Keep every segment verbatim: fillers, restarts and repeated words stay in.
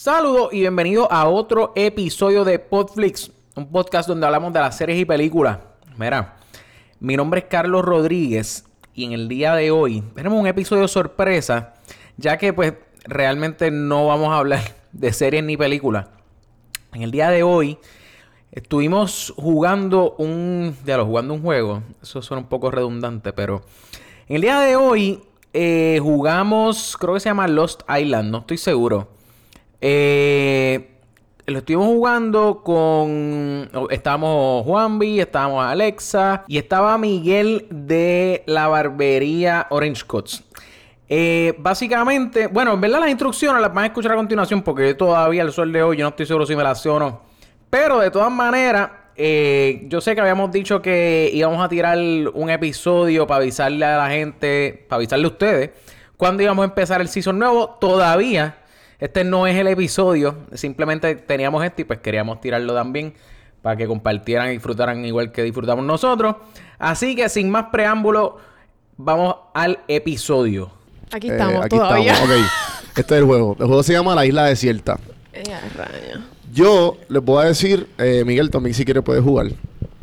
Saludos y bienvenidos a otro episodio de Podflix, un podcast donde hablamos de las series y películas. Mira, mi nombre es Carlos Rodríguez y en el día de hoy tenemos un episodio sorpresa, ya que pues realmente no vamos a hablar de series ni películas. En el día de hoy estuvimos jugando un... ya lo jugando un juego. Eso suena un poco redundante, pero... En el día de hoy eh, jugamos... creo que se llama Lost Island. No estoy seguro. Eh, lo estuvimos jugando con... estábamos Juanvi, estábamos Alexa y estaba Miguel de la barbería Orange Cuts. Eh, básicamente... bueno, en verdad las instrucciones las van a escuchar a continuación porque yo todavía al sol de hoy yo no estoy seguro si me las sé o no. Pero de todas maneras... Eh, yo sé que habíamos dicho que íbamos a tirar un episodio para avisarle a la gente, para avisarle a ustedes cuando íbamos a empezar el season nuevo. Todavía este no es el episodio, simplemente teníamos este y pues queríamos tirarlo también para que compartieran y disfrutaran igual que disfrutamos nosotros. Así que sin más preámbulo, vamos al episodio. Aquí estamos, eh, aquí todavía. Estamos. Ok, este es el juego. El juego se llama La Isla Desierta. Eh, raña. Yo les voy a decir, eh, Miguel también si quiere puede jugar.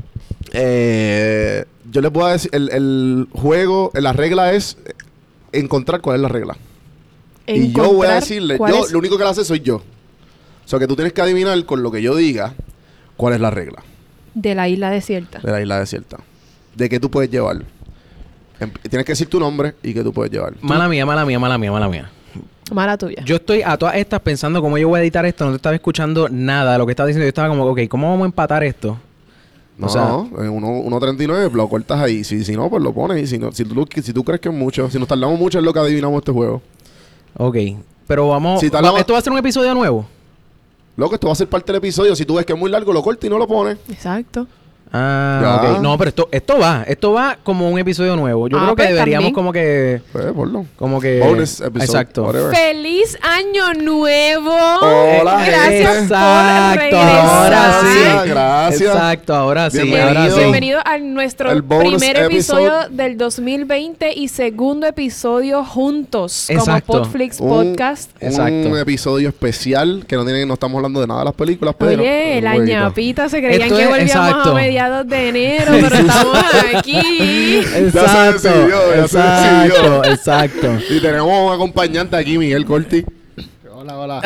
Eh, yo les voy a decir, el, el juego, la regla es encontrar cuál es la regla. Y yo voy a decirle, yo es... lo único que la hace soy yo. O sea que tú tienes que adivinar con lo que yo diga cuál es la regla. De la isla desierta. De la isla desierta. De qué tú puedes llevar. Em- tienes que decir tu nombre y qué tú puedes llevar. Mala ¿Tú? mía, mala mía, mala mía, mala mía. Mala tuya. Yo estoy a todas estas pensando cómo yo voy a editar esto. No te estaba escuchando nada de lo que estaba diciendo. Yo estaba como, ok, ¿cómo vamos a empatar esto? No, o sea, no, en uno treinta y nueve lo cortas ahí. Si, si no, pues lo pones. Y si, no, si, tú, si tú crees que es mucho, si nos tardamos mucho es lo que adivinamos este juego. Ok, pero vamos... Si tardamos- ¿Esto va a ser un episodio nuevo? Loco, esto va a ser parte del episodio. Si tú ves que es muy largo, lo cortas y no lo pones. Exacto. Ah, Ya. ok. No, pero esto, esto va. Esto va como un episodio nuevo. Yo Ah, creo que pues, deberíamos también. como que... Pues, ponlo. Como que... Bonus episode. Exacto. Whatever. ¡Feliz Año Nuevo! Hola, Gracias gente. por Exacto, regresar. ahora sí. Gracias, gracias. Exacto, ahora sí, Bienvenido. ahora sí. Bienvenido a nuestro El bonus primer episodio episode. del dos mil veinte y segundo episodio juntos Exacto. como Podflix Un- Podcast. Exacto. Un episodio especial que no tiene, no estamos hablando de nada de las películas, pero... Oye, la un jueguito. ñapita se creían Esto que es- volvíamos exacto. a mediados de enero, pero estamos aquí. Exacto, se decidió, ya se exacto, decidió. exacto. Y tenemos un acompañante aquí, Miguel Corti. Hola, hola.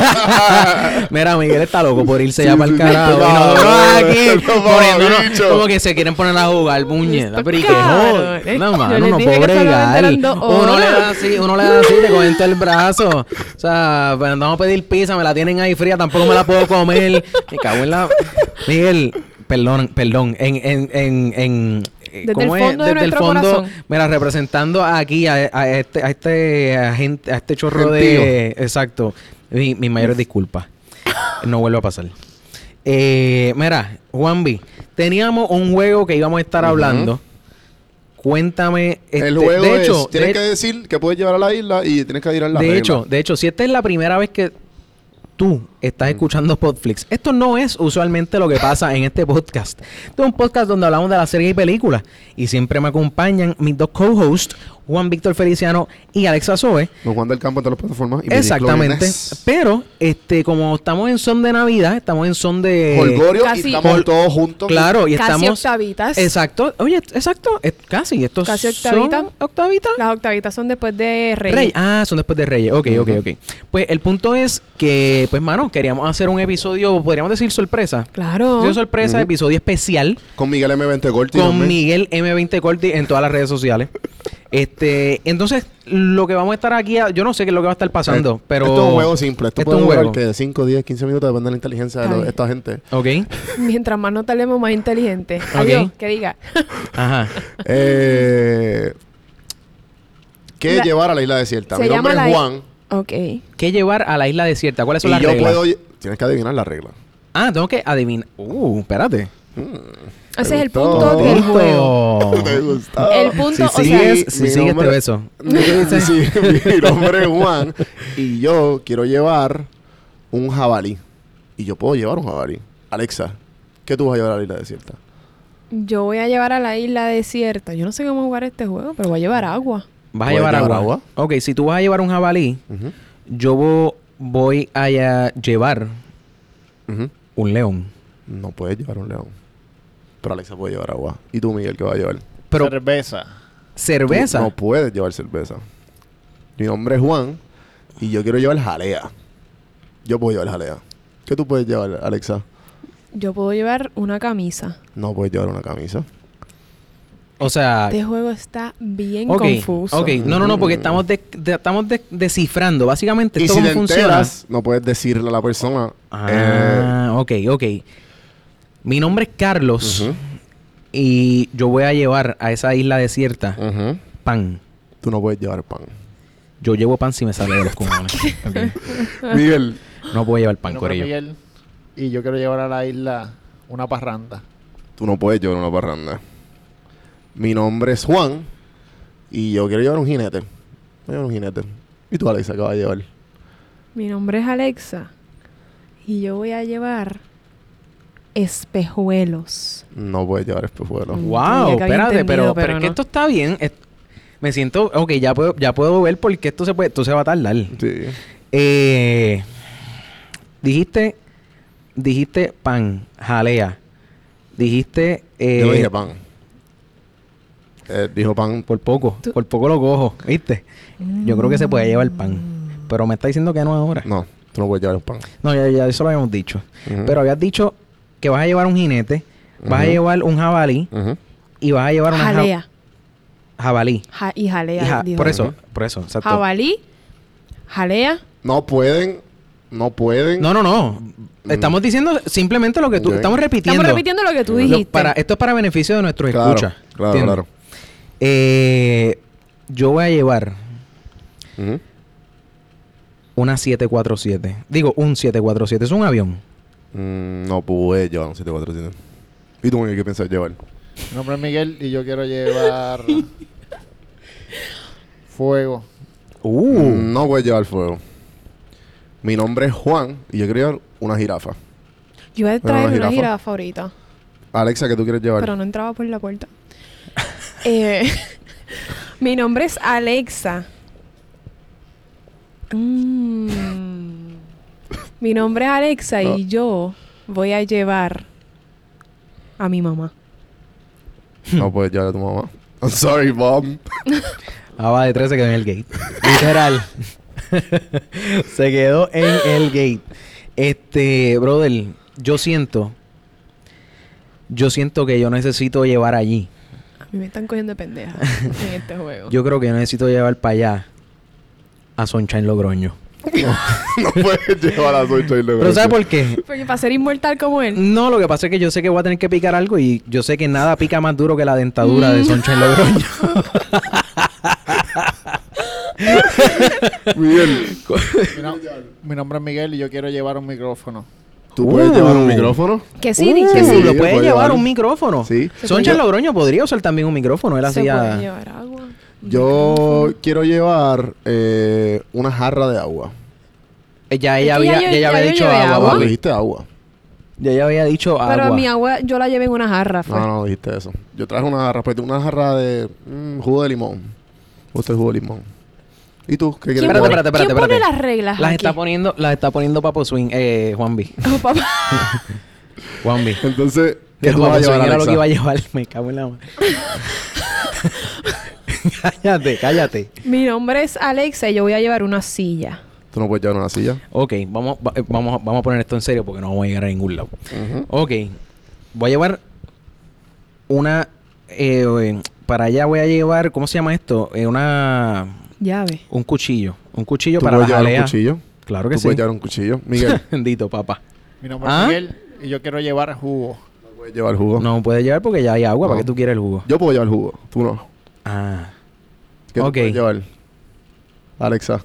Mira, Miguel está loco por irse Sí, ya sí, para el sí, carajo. sí, Y nosotros no, aquí no, poniéndonos bicho. como que se quieren poner a jugar puñeta. Pero y que Claro, joder. eh. No, Yo mano, les no dije puedo que solamente bregar. eran dos Uno le horas. da así, uno le da así, te cogen todo el brazo. O sea, pues andamos a pedir pizza, me la tienen ahí fría, tampoco me la puedo comer. Me cago en la... Miguel, perdón, perdón. En, en, en, en Desde ¿cómo el es? fondo de Desde el nuestro fondo, corazón. mira, representando aquí a, a este, a este agente, a este chorro Gentío. de... Exacto. Mi, mis mayores disculpas. No vuelve a pasar. Eh, mira, Juanvi, teníamos un juego que íbamos a estar Ujú. hablando. Cuéntame. Este, El juego de es, hecho, tienes de, que decir que puedes llevar a la isla y tienes que ir a la de regla. hecho, de hecho, si esta es la primera vez que tú estás escuchando Podflix, esto no es usualmente lo que pasa en este podcast. Este es un podcast donde hablamos de las series y películas. Y siempre me acompañan mis dos co-hosts, Juan Víctor Feliciano y Alexa Zoe. Don Juan del Campo en todas las plataformas. Y Exactamente. Benigno Pero, este, como estamos en son de Navidad, estamos en son de... Holgorio Casi- y estamos Hol- todos juntos. Claro, y Casi estamos... octavitas. Exacto. Oye, exacto. Es casi. Estos Casi son octavita. octavitas. Las octavitas son después de Reyes. Rey. Ah, son después de Reyes. Ok, ok, Ujú. ok. Pues el punto es que, pues, mano, queríamos hacer un episodio, podríamos decir sorpresa. Claro. Episodio sorpresa, Ujú. episodio especial Con Miguel M veinte Corti. con también. Miguel M veinte Corti en todas las redes sociales. Este, entonces, lo que vamos a estar aquí, a- yo no sé qué es lo que va a estar pasando, Eh, pero... Esto es un juego simple. Esto, Esto puede es un durar juego. que de cinco, diez, quince minutos, depende de la inteligencia de Está lo- bien. esta gente. Ok. Mientras más nos tardemos, más inteligente. Ok. Adiós, que diga. Ajá. eh, ¿Qué La- llevar a la isla desierta? se Mi nombre llama es la- Juan. Ok. ¿Qué llevar a la isla desierta? ¿Cuáles son Y las yo reglas? puedo... lle- Tienes que adivinar la regla. Ah, tengo que adivinar. Uh, espérate. Ese es el gustó? punto del juego. ¿Te gustó? El punto, Si o sigues, sea, si mi sigues nombre- te beso. Sí, sí, mi nombre es Juan. Y yo quiero llevar un jabalí. Y yo puedo llevar un jabalí. Alexa, ¿qué tú vas a llevar a la isla desierta? yo voy a llevar a la isla desierta. Yo no sé cómo jugar este juego, pero voy a llevar agua. ¿Vas a ¿Puedes llevar llevar agua? agua? Ok, si tú vas a llevar un jabalí, Ujú. yo vo- voy a ya- llevar Ujú. un león. No puedes llevar un león. Pero Alexa puede llevar agua. ¿Y tú, Miguel, qué vas a llevar? Pero Cerveza. cerveza. Tú no puedes llevar cerveza. Mi nombre es Juan y yo quiero llevar jalea. Yo puedo llevar jalea. ¿Qué tú puedes llevar, Alexa? Yo puedo llevar una camisa. No puedes llevar una camisa. O sea, Este juego está bien ok, confuso. ok. No, no, no, porque estamos de- de- estamos de- descifrando. Básicamente, Y esto si cómo te funciona. enteras, no puedes decirle a la persona. eh, Ah, ok, ok. Mi nombre es Carlos ujú, y yo voy a llevar a esa isla desierta ujú. pan. Tú no puedes llevar pan. Yo llevo pan si me sale de los cojones. Ok. Miguel, No puedo llevar pan, Mi nombre es corillo. Miguel. Y yo quiero llevar a la isla una parranda. tú no puedes llevar una parranda. Mi nombre es Juan y yo quiero llevar un jinete. Voy a llevar un jinete. ¿Y tú, Alexa, qué vas a llevar? Mi nombre es Alexa. Y yo voy a llevar espejuelos. No puedes llevar espejuelos. Mm. Wow, Creía que había espérate, entendido, pero, pero, pero es que no. esto está bien. Es- me siento, ok, ya puedo, ya puedo ver por qué esto se puede, esto se va a tardar. Sí. Eh, dijiste, dijiste pan, jalea. Dijiste, eh, Yo no dije pan. Eh, dijo pan. por poco, Tú- por poco lo cojo, ¿viste? Yo creo que se puede llevar pan. Pero me está diciendo que no ahora. No, tú no puedes llevar un pan. No, ya, ya eso lo habíamos dicho. Ujú. Pero habías dicho que vas a llevar un jinete, vas a Ujú. llevar un jabalí Ujú. y vas a llevar una ja- Jalea. jabalí. Ja- y jalea. Y ja- dijo. por eso, por eso, exacto. Jabalí, jalea. No pueden. No pueden. No, no, no. Estamos diciendo simplemente lo que tú... Ok. Estamos repitiendo. Estamos repitiendo lo que tú Lo- dijiste. Lo- para, esto es para beneficio de nuestros Claro, escuchas. claro, ¿entiendes? claro. Eh, yo voy a llevar Ujú. una siete cuatro siete. Digo, un siete cuatro siete. Es un avión. Mm, no puedes llevar un siete cuatro siete. ¿Y tú, Miguel, qué piensas llevar? Mi nombre es Miguel y yo quiero llevar fuego. Uh. Mm, no puedes llevar fuego. Mi nombre es Juan y yo quiero llevar una jirafa. Yo iba a Bueno, traer una una jirafa. jirafa ahorita, Alexa, ¿qué tú quieres llevar? pero no entraba por la puerta. Eh, mi nombre es Alexa. Mm. Mi nombre es Alexa No. y yo voy a llevar a mi mamá. No puedes llevar a tu mamá. I'm sorry, mom. Ah, va de tres se quedó en el gate. Literal. Se quedó en el gate. Este, brother, yo siento... Yo siento que yo necesito llevar allí. A mí me están cogiendo de pendeja en este juego. Yo creo que yo necesito llevar para allá a Sunshine Logroño. No puedes llevar a su child. Pero ¿sabes por qué? Porque para ser inmortal como él. No, lo que pasa es que yo sé que voy a tener que picar algo y yo sé que nada pica más duro que la dentadura de Sunshine Logroño. Miguel, Mi, no- mi nombre es Miguel y yo quiero llevar un micrófono. ¿tú puedes Uh. llevar un micrófono? Que sí, Uh, di- que que sí, sí. lo Sí, puede puede llevar llevar. un micrófono. Sí. Se Sunshine puede- Logroño podría usar también un micrófono. Él Se puede hacía... llevar agua. Yo quiero llevar eh, una jarra de agua. Eh, Ya Es ella que ya había, yo- ya ella ya había yo dicho llevé agua. agua. Ah, papi. dijiste agua. Ya ella había dicho Pero agua. mi agua yo la llevé en una jarra. Fue. No, no dijiste eso. Yo traje una jarra, pero una jarra de mm, jugo de limón. Me gusta el jugo de limón. ¿Y tú? ¿Qué quieres ¿Quién, Espérate, pone, llevar? espérate, ¿quién espérate, pone espérate. las reglas Las aquí? está poniendo, las está poniendo Papo Swing, eh, Juan B. Oh, papá. Juan B. Entonces, ¿qué Que tú vas a Papo Swing llevar, era lo que iba a Alexa? llevar. Me cago en la mano. Cállate, cállate. Mi nombre es Alexa y yo voy a llevar una silla. Tú no puedes llevar una silla. Ok, vamos, va- eh, vamos, vamos a poner esto en serio porque no vamos a llegar a ningún lado. Ujú. Ok. Voy a llevar una... eh, eh, para allá voy a llevar... ¿Cómo se llama esto? Eh, una... Llave. Un cuchillo. Un cuchillo ¿Tú para la puedes llevar jalea. un cuchillo? Claro que ¿Tú sí. puedes llevar un cuchillo? Miguel, Bendito, papá. Mi nombre ¿Ah? es Miguel y yo quiero llevar jugo. ¿no puedes llevar jugo? No puedes llevar porque ya hay agua. ¿Para No. qué tú quieres el jugo? Yo puedo llevar jugo. Tú no. Ah. ¿Qué Ok. tú puedes llevar? Alexa.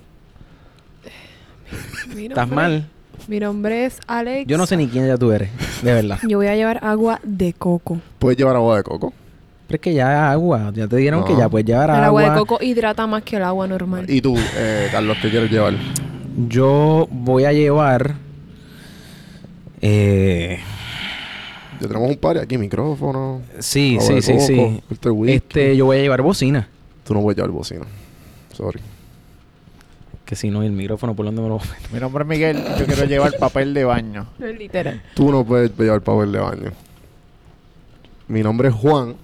Mi ¿Estás nombre- mal? Mi nombre es Alex. Yo no sé ni quién ya tú eres. De verdad. Yo voy a llevar agua de coco. ¿Puedes llevar agua de coco? Pero es que ya agua. Ya te dijeron No. que ya puedes llevar El agua. agua de coco hidrata más que el agua normal. ¿Y tú, eh, Carlos, qué quieres llevar? Yo voy a llevar... Eh... Ya tenemos un par aquí, micrófono. Sí, agua sí, de sí, coco, sí. filter whisky. Este, yo voy a llevar bocina. Tú no puedes llevar bocina. Sorry. Que si no, el micrófono, ¿por dónde me lo voy a meter? Mi nombre es Miguel. Yo quiero llevar papel de baño. No es literal. Tú no puedes llevar papel de baño. Mi nombre es Juan.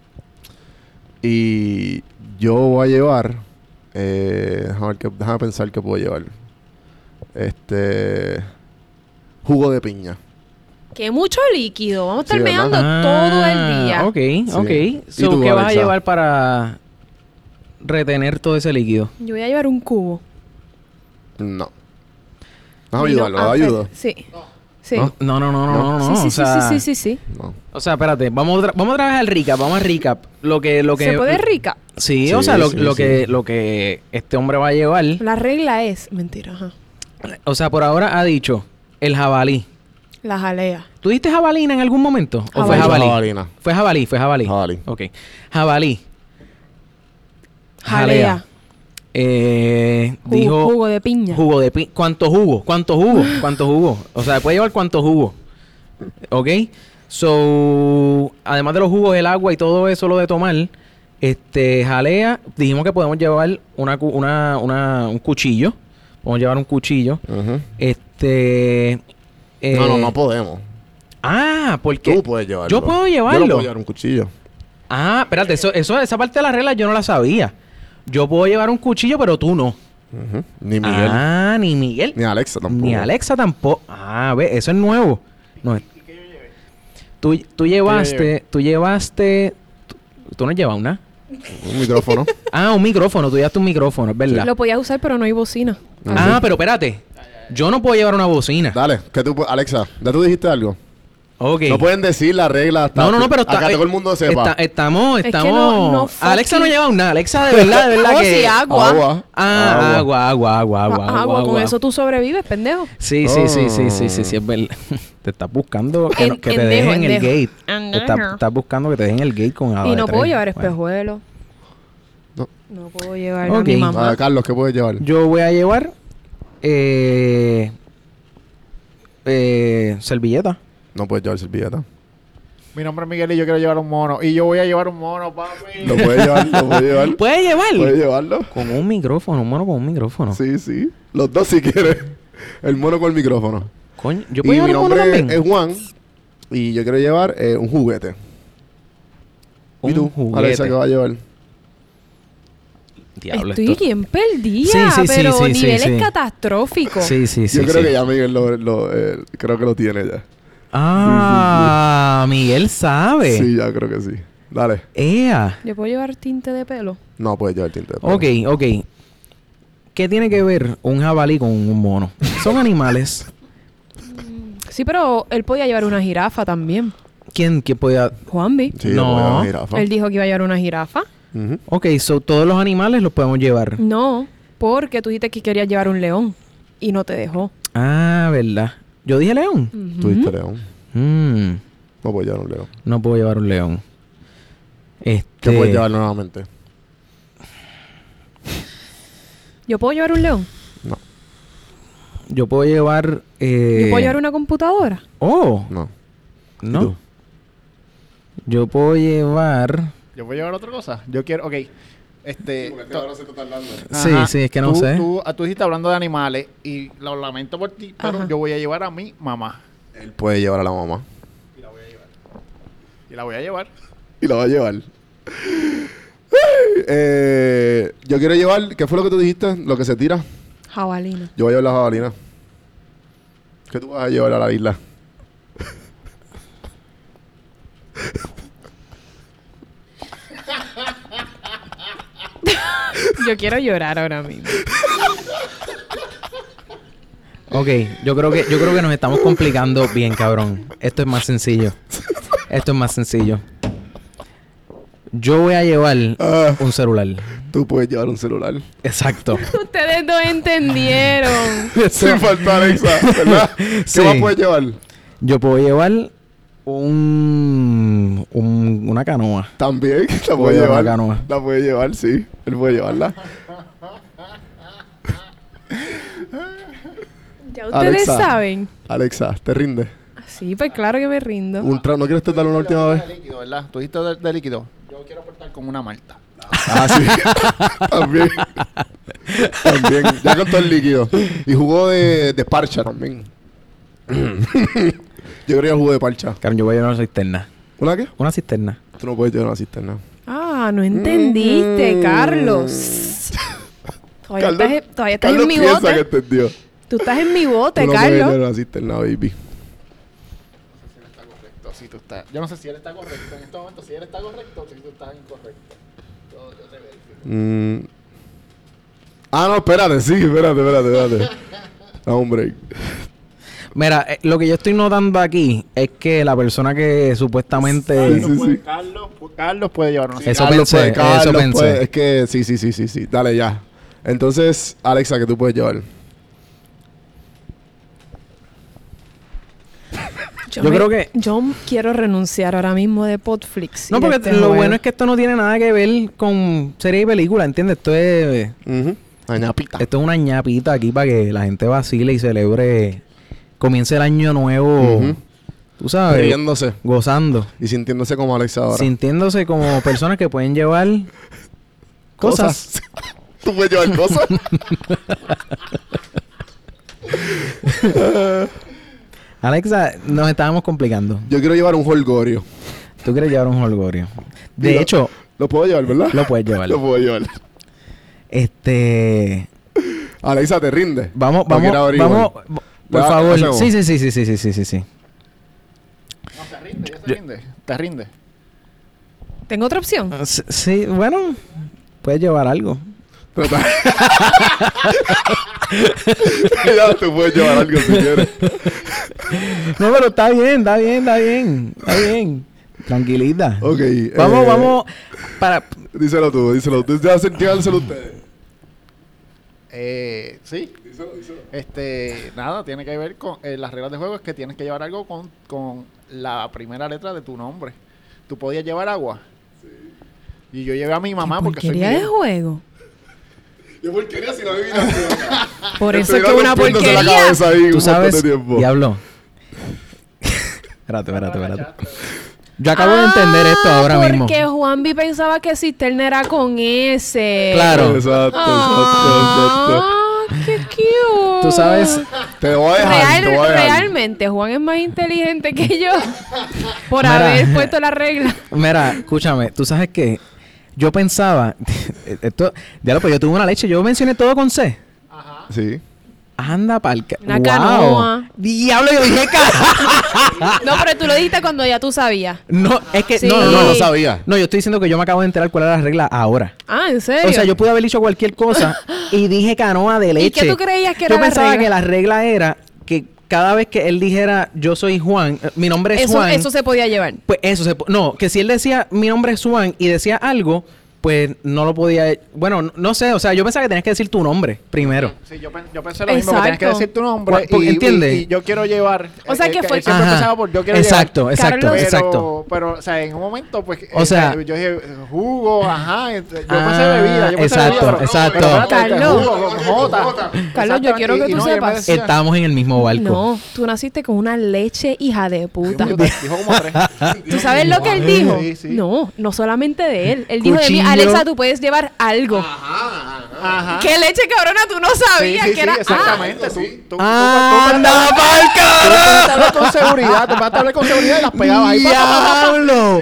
Y yo voy a llevar... Eh, déjame, ver qué- déjame pensar qué puedo llevar. Este... Jugo de piña. Que mucho líquido. Vamos a estar Sí, ¿verdad? meando todo el día. Ah, Ok, ok. ¿Y So, tú, ¿qué vas a Alexa? llevar para retener todo ese líquido? Yo voy a llevar un cubo. No. Déjame Y no- ayudarlo. ah, ¿Lo ayudo? Sí. Sí. No, no, no, no, no, no. Sí, no, sí, o sí, sea, sí, sí, sí, sí. No. O sea, espérate, vamos otra, vamos otra vez al recap, vamos al recap. Lo que, lo que... ¿Se puede rica? Sí, Sí, o sea, lo, sí, lo sí. que, lo que este hombre va a llevar. La regla es... Mentira, ajá. O sea, por ahora ha dicho el jabalí. La jalea. ¿Tú diste jabalina en algún momento? ¿O fue Jabalí. jabalí? Jabalina. Fue jabalí, fue jabalí. Jabalí. Ok. Jabalí. Jalea. Eh, Jugo, dijo... jugo de piña. Jugo de piña. ¿Cuánto jugo? ¿Cuánto jugo? ¿Cuánto jugo? O sea, puede llevar cuánto jugo. ¿Ok? So, además de los jugos, el agua y todo eso, lo de tomar, este, jalea, dijimos que podemos llevar una, cu- una, una, un cuchillo. Podemos llevar un cuchillo. Ujú. Este... eh, No, no, no podemos. Ah, porque... Tú puedes llevarlo. Yo puedo Yo llevarlo. no puedo llevar un cuchillo. Ah, espérate, eso, eso, esa parte de la regla yo no la sabía. Yo puedo llevar un cuchillo, pero tú no. Ujú. Ni Miguel. Ah, ni Miguel. Ni Alexa tampoco. Ni Alexa tampoco. Ah, ve, eso es nuevo. No es. Tú, tú llevaste, tú llevaste. Tú, tú no llevas una. Un micrófono. Ah, un micrófono. Tú llevaste un micrófono, es verdad. Lo podías usar, pero no hay bocina. Ah, pero espérate. Yo no puedo llevar una bocina. Dale, que tú pu- Alexa, ¿ya tú dijiste algo? Ok. No pueden decir la regla hasta No, no, no, pero acá está, todo el mundo sepa. está- estamos, Es que estamos. no- no Alexa no fucking- lleva nada. Alexa de verdad, de verdad Oh, que. sí, agua. Agua. Ah, agua, agua, agua, agua, Ah, agua, con eso tú sobrevives, pendejo. Sí, sí, sí, sí, sí, Oh. sí, sí, es verdad. Te estás buscando que, no- En- que te endejo, dejen el endejo. gate. Te Endejo. estás, estás buscando que te dejen el gate con agua Y de no tres. puedo llevar Bueno. espejuelos. No. No puedo llevar Ok. a mi mamá. Ah, Carlos, ¿qué puedes llevar? Yo voy a llevar eh, eh, servilleta. No puedes llevar servilleta. Mi nombre es Miguel y yo quiero llevar un mono. Y yo voy a llevar un mono, papi. Lo puedes llevar, lo puedes llevar. ¿Puedes llevar? ¿Puedes llevarlo? Con un micrófono, un mono con un micrófono. Sí, sí. Los dos si quieres. El mono con el micrófono. Coño, yo Y puedo mi llevar un mono nombre también. es Juan. Y yo quiero llevar eh, un juguete. Un ¿Y tú? juguete. Alexa, ¿qué vas a llevar? Diablo, Estoy esto- bien perdida, Sí, sí, sí, pero sí, sí, niveles sí. catastróficos. Sí, sí, sí. yo creo sí. que ya Miguel lo, lo, eh, creo que lo tiene ya. Ah, Miguel sabe. Sí, ya creo que sí. Dale. Ea. ¿Yo puedo llevar tinte de pelo? No puedes llevar tinte de pelo. Ok, ok. ¿Qué tiene que ver un jabalí con un mono? Son animales. Sí, pero él podía llevar una jirafa también. ¿Quién, quién podía...? Juanvi. Sí, No. yo puedo llevar una jirafa. Él dijo que iba a llevar una jirafa. Ujú. Ok, so todos los animales los podemos llevar. No, porque tú dijiste que querías llevar un león y no te dejó. Ah, ¿verdad? Yo dije león. Ujú. Tú diste león. Mm, No puedes llevar un león. no puedo llevar un león. Este... ¿Qué puedes llevar nuevamente? ¿Yo puedo llevar un león? No. Yo puedo llevar... Eh... ¿Yo puedo llevar una computadora? Oh, No. ¿Y no. tú? Yo puedo llevar... Yo voy a llevar otra cosa. Yo quiero, ok. Este. to- se está tardando. Sí, Ajá. sí, es que no Tú- sé. Tú, ah, tú dijiste hablando de animales y lo lamento por ti, pero Ajá. yo voy a llevar a mi mamá. Él puede llevar a la mamá. Y la voy a llevar. Y la voy a llevar. Y la va a llevar. Ay, eh, yo quiero llevar... ¿Qué fue lo que tú dijiste? Lo que se tira. Jabalina. Yo voy a llevar la jabalina. ¿Qué tú vas a llevar a la isla? Yo quiero llorar ahora mismo. Ok, yo creo que yo creo que nos estamos complicando bien, cabrón. Esto es más sencillo. Esto es más sencillo. Yo voy a llevar Ah. un celular. Tú puedes llevar un celular. Exacto. Ustedes no entendieron. Sin falta Alexa, ¿verdad? ¿Qué Sí. más puedes llevar? Yo puedo llevar un, un una canoa. También. La Puedo puede llevar llevar. la canoa. La puede llevar, sí. Él puede llevarla. Ya ustedes Alexa. saben. Alexa, ¿te rinde? Sí, pues claro que me rindo. Un tra- ¿No quieres tratar una última vez? De líquido, ¿verdad? Tú dijiste de, de líquido. Yo quiero portar como una malta. Ah, sí. También. También, ya con todo el líquido. Y jugo de, de parcha también. Yo quería jugo de parcha. Claro, yo voy a llevar una cisterna. ¿Una qué? Una cisterna. Tú no puedes llevar una cisterna. Ah, no entendiste, Mm. Carlos. Todavía Carlos- estás, todavía estás Carlos en mi piensa bote. que entendió. Tú estás en mi bote, Tú no puedes Carlos. llevar una cisterna, baby. Si tú estás, yo no sé si él está correcto. En este momento, si él está correcto o si tú estás incorrecto. Yo, yo te verifico. Mm. Ah, no, espérate, sí, espérate, espérate, espérate. Dame un break. Mira, eh, lo que yo estoy notando aquí es que la persona que supuestamente... Sí, Carlos, sí, puede, sí. Carlos, pu- Carlos puede llevar una Eso Carlos pensé, puede, Carlos eso pensé. puede. Es que sí, sí, sí, sí, sí. Dale ya. Entonces, Alexa, ¿qué tú puedes llevar? Yo creo que- Yo quiero renunciar ahora mismo de Podflix. No, y de porque este lo juego. bueno es que esto no tiene nada que ver con series y películas, ¿entiendes? Esto es... Uh Añapita. Esto es una ñapita aquí para que la gente vacile y celebre... Comience el año nuevo... Ujú. Tú sabes... Riéndose Gozando. y sintiéndose como Alexa ahora. Sintiéndose como personas que pueden llevar... Cosas. ¿Tú puedes llevar cosas? Alexa, nos estábamos complicando. Yo quiero llevar un holgorio. Tú quieres llevar un holgorio. De Digo, hecho, Lo puedo llevar, ¿verdad? lo puedes llevar. Lo puedo llevar. Este... Alexa, ¿te rinde? Vamos, ¿O vamos, quieres averiguar? vamos... Por ¿La- favor. hacemos? Sí, sí, sí, sí, sí, sí, sí, sí, sí. No, te rinde, ya te rinde. Te rinde. ¿Tengo otra opción? Ah, Sí, sí, bueno... Puedes llevar algo. Pero ta- Ya, tú puedes llevar algo si quieres. No, pero está bien, está bien, está bien. Está bien. Tranquilita. Ok. Vamos, eh, vamos... Para... Díselo tú, díselo tú. Ya se- díganselo ustedes. Eh, sí. Díselo, díselo. Este, nada, tiene que ver con eh, las reglas de juego es que tienes que llevar algo con, con la primera letra de tu nombre. ¿Tú podías llevar agua? Sí. Y yo llevé a mi mamá ¿Qué porque soy porquería de Miguel. juego? Yo porquería si no adivinación. Por eso es que Estoy una rompiéndose la porquería. cabeza ahí un Tú montón sabes... de tiempo. Diablo. espérate, espérate, espérate. Yo acabo de entender esto ahora mismo. Porque Juanvi pensaba que cisterna era con S. Claro. Exacto, exacto, Ah, qué cute. Tú sabes... exacto. Te voy a dejar, Real- te voy a dejar. realmente, Juan es más inteligente que yo por Mira. haber puesto la regla. Mira, escúchame. Tú sabes que... Yo pensaba... esto... Diablo, pues yo tuve una leche. Yo mencioné todo con C. Sí. Anda palca. Una Wow. canoa. Diablo, yo dije ca- No, pero tú lo dijiste cuando ya tú sabías. No, es que... Sí. No, no, No, no. no sabía. No, yo estoy diciendo que yo me acabo de enterar cuál era la regla ahora. Ah, ¿en serio? O sea, yo pude haber dicho cualquier cosa y dije canoa de leche. qué tú creías que era Yo la pensaba regla? que la regla era que cada vez que él dijera yo soy Juan, eh, mi nombre es eso, Juan, eso se podía llevar. pues eso se... po- No, que si él decía mi nombre es Juan y decía algo, pues no lo podía... Bueno, no, no sé, o sea, yo pensaba que tenías que decir tu nombre primero. Sí, yo, pen- yo pensé lo mismo, que tienes que Exacto. decir tu nombre Gua- porque, y, ¿entiendes? y- y yo quiero llevar. O sea, eh, que eh, fue- él siempre Ajá. empezaba por yo quiero Exacto, llevar. exacto, Carlos- exacto. Pero, o sea, en un momento, pues, O eh, sea- eh, yo dije, jugo, ajá, eh, yo pensé Ah, bebida, yo pensé exacto, bebida, pero- exacto. pero espérate, Carlos. jugo, con J. Carlos, yo quiero que Exactamente, y- y tú no, y él me sepas. decía- Estamos en el mismo barco. No, tú naciste con una leche hija de puta. Dijo dijo como tres. ¿Tú sabes lo que él dijo? Sí, sí. No, no solamente de él. Él dijo de mí, Cuchillo. Alexa, tú puedes llevar algo. Ajá. ¿Qué leche, cabrona? Tú no Sí, sabías sí, que sí, era... exactamente. Tú, tú, tú, tú, ¡Anda tú, pa'l tú empezaste a hablar con seguridad, tú empezaste a hablar con seguridad y las pegabas ahí. pa, pa, pa, pa, pa. ¡Diablo!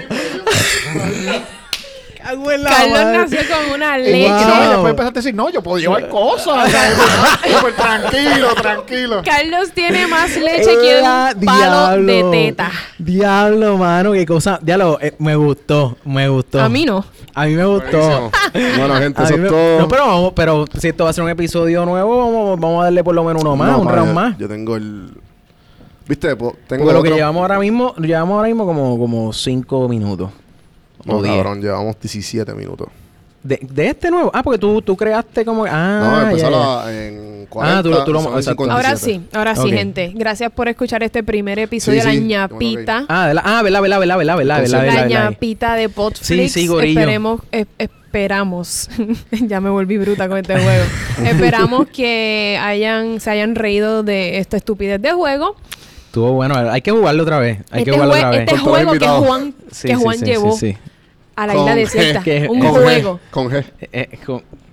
Cago en la Carlos madre. nació con una Y, leche. y no, y Wow. después empezaste a decir, no, yo puedo llevar cosas. Súper tranquilo, tranquilo. Carlos tiene más leche que Ea, un palo de diablo. teta. Diablo, mano, qué cosa. Diablo, eh, me gustó, me gustó. A mí no. A mí me gustó. Bueno, gente, A eso mí me- es todo. No, pero vamos, pero si esto va a ser un episodio nuevo, vamos, vamos a darle por lo menos uno más, No, un pa, round yo- más. Yo tengo el... ¿Viste? Po- Tengo Porque lo que otro- llevamos ahora mismo, llevamos ahora mismo como, como cinco minutos. No, o diez. cabrón, llevamos diecisiete minutos. De, de este nuevo. Ah, porque tú, tú creaste como. Ah, no, ya, empezó ya. la- en cuarenta. Ah, tú lo- tú lo- son exacto. cincuenta y Ahora siete. sí, ahora sí, Ok. gente. Gracias por escuchar este primer episodio Sí, de sí. La Bueno, ñapita. Ah, ¿verdad? Ah, ¿verdad, verdad, verdad, verdad, verdad, Entonces, verdad, La verdad, verdad. ñapita de Podflix. Sí, sí, gorillo. Esperemos, eh, esperamos. Ya me volví bruta con este juego. Esperamos que hayan, se hayan reído de esta estupidez de juego. Estuvo bueno. Hay que jugarlo otra vez. Hay este que jugarlo jue- otra vez. este Con todos los juego que invitados. Juan, Sí, que sí, Juan sí, llevó sí, sí. a la Con isla G, desierta. que- Un Con G, juego. Con G. Eh, eh, con-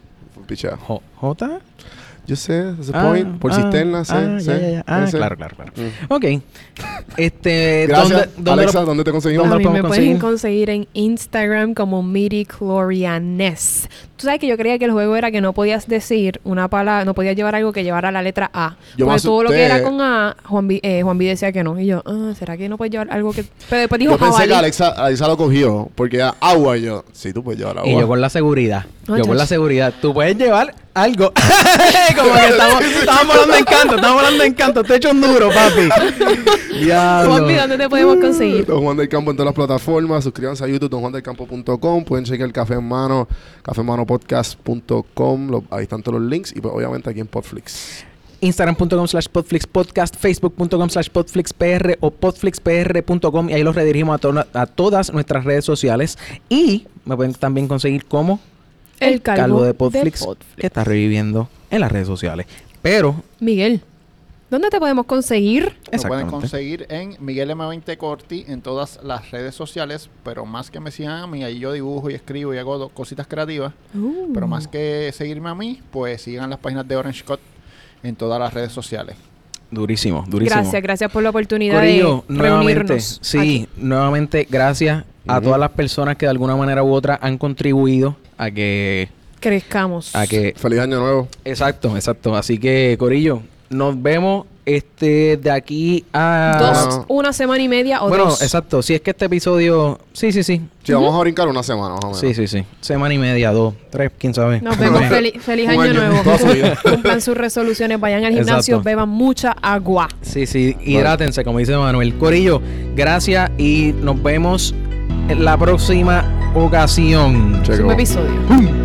pichea. Jo- ¿J? Yo sé, ese Ah, point, por ah, cisterna, sé, ah, sé. ya, ya, ya. Ah, ese. claro, claro, claro. Mm. Ok. Este, Gracias, ¿dónde, dónde Alexa, lo- ¿dónde te conseguimos? ¿Dónde A lo mí me podemos pueden conseguir? conseguir en Instagram como midichlorianes. Tú sabes que yo creía que el juego era que no podías decir una palabra, no podías llevar algo que llevara la letra A. Yo me Porque todo lo que asusté. era con A, Juan B, eh, Juan B decía que no. Y yo, ah, ¿será que no puedes llevar algo que...? Pero después dijo Yo pensé jabalí. que Alexa, Alexa lo cogió porque era agua. Y yo, sí, tú puedes llevar agua. Y yo con la seguridad. Oh, yo con la chacho. seguridad. Tú puedes llevar algo. Como que estamos, estamos hablando de encanto. Estamos hablando de encanto. Te echo un duro, papi. Diablo. Juan B, ¿dónde te podemos conseguir? Don Juan del Campo en todas las plataformas. Suscríbanse a YouTube, don juan del campo punto com. Pueden chequear el Café en Mano, café en mano podcast punto com. Lo- Ahí están todos los links. Y pues, obviamente aquí en Podflix. Instagram.com slash Podflix Podcast, Facebook.com slash Podflix PR o podflixpr punto com. Y ahí los redirigimos a, to- a todas nuestras redes sociales. Y me pueden también conseguir como El calvo de de Podflix, Podflix. que está reviviendo en las redes sociales. Pero, Miguel, ¿dónde te podemos conseguir? Lo pueden exactamente. conseguir en Miguel M veinte Corti en todas las redes sociales, pero más que me sigan a mí, ahí yo dibujo y escribo y hago do- cositas creativas, Uh. pero más que seguirme a mí, pues sigan las páginas de Orange Cut en todas las redes sociales. Durísimo, durísimo. Gracias, gracias por la oportunidad Corillo, de nuevamente, reunirnos. sí, aquí. nuevamente gracias a Ujú. todas las personas que de alguna manera u otra han contribuido a que, Crezcamos. a que, Feliz año nuevo. exacto, exacto. Así que, Corillo, nos vemos este de aquí a Dos, Ah. una semana y media o bueno, dos. exacto. Si es que este episodio, sí, sí, sí, Sí, vamos a brincar una semana, más o menos. sí, sí, sí, semana y media, dos, tres, quién sabe. Nos vemos. Feliz, feliz Un año, año, nuevo. toda su vida. Cumplan sus resoluciones, vayan al gimnasio, Exacto. beban mucha agua. Sí, sí, hidrátense, como dice Manuel. Corillo, gracias y nos vemos en la próxima ocasión. Chequeo. Es un episodio.